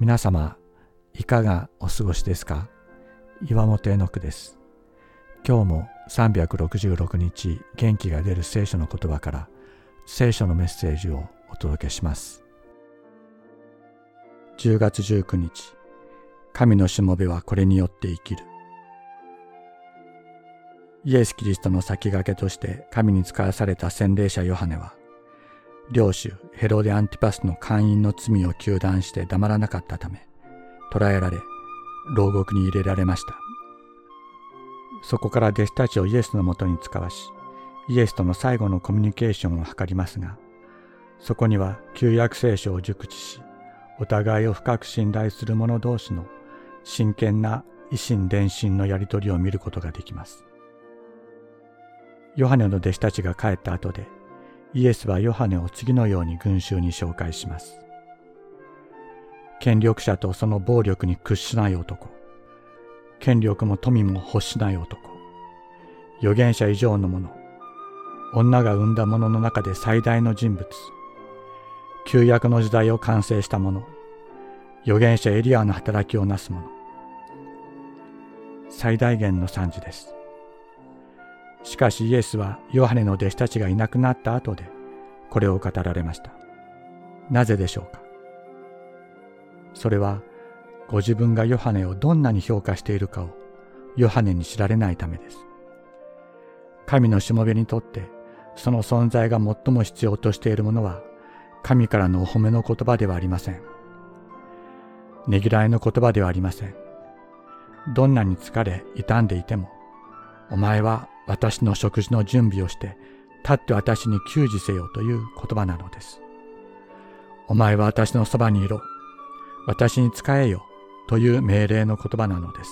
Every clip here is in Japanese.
皆様、いかがお過ごしですか？岩本絵の句です。今日も366日元気が出る聖書の言葉から聖書のメッセージをお届けします。10月19日、神のしもべはこれによって生きる。イエス・キリストの先駆けとして神に使わされた洗礼者ヨハネは、領主ヘロデ・アンティパスの姦淫の罪を糾弾して黙らなかったため、捕らえられ、牢獄に入れられました。そこから弟子たちをイエスのもとに使わし、イエスとの最後のコミュニケーションを図りますが、そこには旧約聖書を熟知し、お互いを深く信頼する者同士の真剣な以心伝心のやりとりを見ることができます。ヨハネの弟子たちが帰った後で、イエスはヨハネを次のように群衆に紹介します。権力者とその暴力に屈しない男、権力も富も欲しない男、預言者以上の者、女が生んだ者の中で最大の人物、旧約の時代を完成した者、預言者エリアの働きをなす者、最大限の賛辞です。しかしイエスはヨハネの弟子たちがいなくなった後でこれを語られました。なぜでしょうか。それはご自分がヨハネをどんなに評価しているかをヨハネに知られないためです。神のしもべにとってその存在が最も必要としているものは神からのお褒めの言葉ではありません。ねぎらいの言葉ではありません。どんなに疲れ傷んでいても、お前は私の食事の準備をして立って私に給仕せよという言葉なのです。お前は私のそばにいろ、私に仕えよという命令の言葉なのです。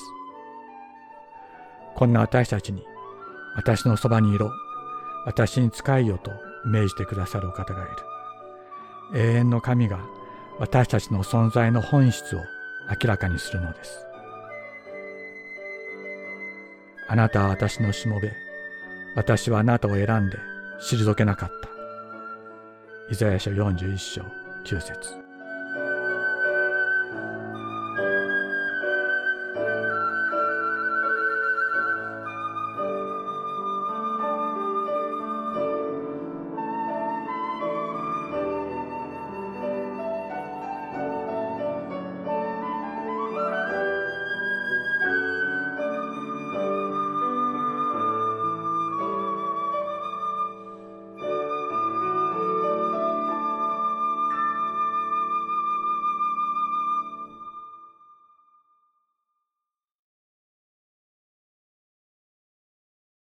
こんな私たちに私のそばにいろ、私に仕えよと命じてくださるお方がいる。永遠の神が私たちの存在の本質を明らかにするのです。あなたは私のしもべ、私はあなたを選んで退けなかった。イザヤ書41章9節。